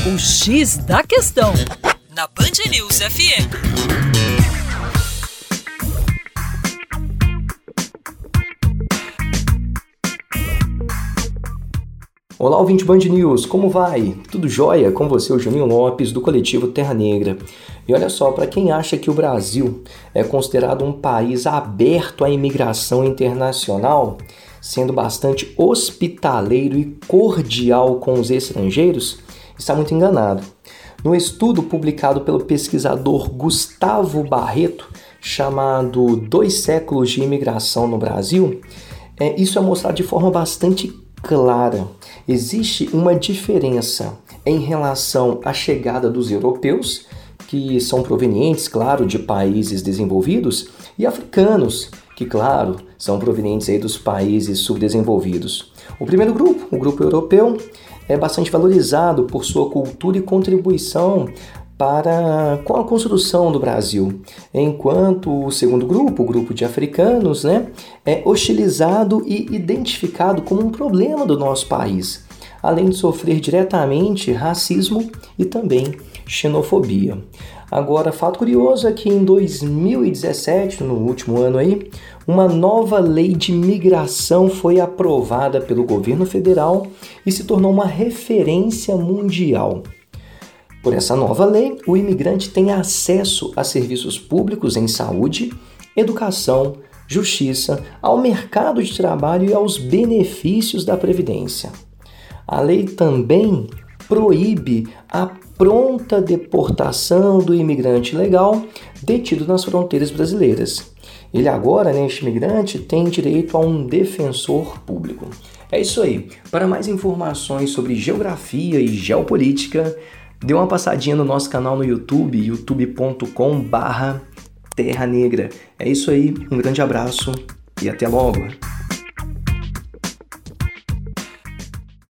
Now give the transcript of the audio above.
O X da Questão, na Band News FM. Olá, ouvinte Band News, como vai? Tudo jóia? Com você, o Juninho Lopes, do coletivo Terra Negra. E olha só, para quem acha que o Brasil é considerado um país aberto à imigração internacional, sendo bastante hospitaleiro e cordial com os estrangeiros, está muito enganado. No estudo publicado pelo pesquisador Gustavo Barreto, chamado 2 séculos de imigração no Brasil, isso é mostrado de forma bastante clara. Existe uma diferença em relação à chegada dos europeus, que são provenientes, claro, de países desenvolvidos, e africanos, que, claro, são provenientes aí dos países subdesenvolvidos. O primeiro grupo, o grupo europeu, é bastante valorizado por sua cultura e contribuição com a construção do Brasil, enquanto o segundo grupo, o grupo de africanos, é hostilizado e identificado como um problema do nosso país, além de sofrer diretamente racismo e também xenofobia. Agora, fato curioso é que em 2017, no último ano aí, uma nova lei de migração foi aprovada pelo governo federal e se tornou uma referência mundial. Por essa nova lei, o imigrante tem acesso a serviços públicos em saúde, educação, justiça, ao mercado de trabalho e aos benefícios da Previdência. A lei também proíbe a pronta deportação do imigrante legal detido nas fronteiras brasileiras. Ele agora, este imigrante, tem direito a um defensor público. É isso aí. Para mais informações sobre geografia e geopolítica, dê uma passadinha no nosso canal no YouTube, youtube.com/Terra Negra. É isso aí, um grande abraço e até logo!